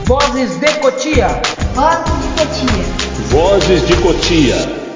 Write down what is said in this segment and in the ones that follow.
Vozes de Cotia. Vozes de Cotia. Vozes de Cotia.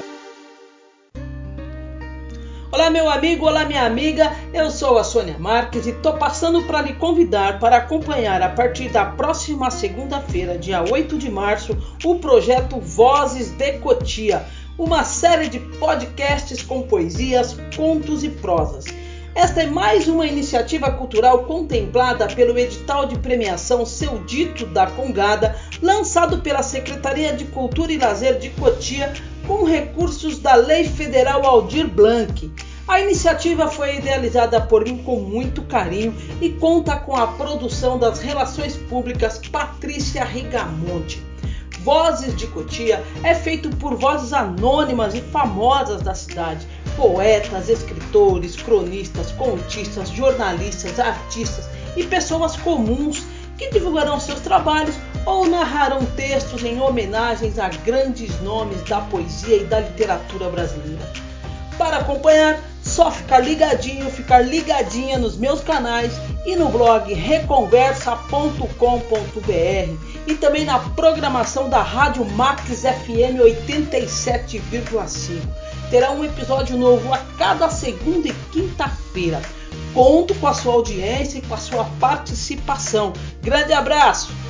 Olá meu amigo, olá minha amiga, eu sou a Sônia Marques e estou passando para lhe convidar para acompanhar a partir da próxima segunda-feira, dia 8 de março, o projeto Vozes de Cotia, uma série de podcasts com poesias, contos e prosas. Esta é mais uma iniciativa cultural contemplada pelo edital de premiação Seu Dito da Congada, lançado pela Secretaria de Cultura e Lazer de Cotia, com recursos da Lei Federal Aldir Blanc. A iniciativa foi idealizada por mim com muito carinho e conta com a produção das Relações Públicas Patrícia Rigamonte. Vozes de Cotia é feito por vozes anônimas e famosas da cidade, poetas, escritores, cronistas, contistas, jornalistas, artistas e pessoas comuns que divulgarão seus trabalhos ou narrarão textos em homenagens a grandes nomes da poesia e da literatura brasileira. Para acompanhar, só ficar ligadinha nos meus canais e no blog reconversa.com.br e também na programação da Rádio Max FM 87,5. Terá um episódio novo a cada segunda e quinta-feira. Conto com a sua audiência e com a sua participação. Grande abraço!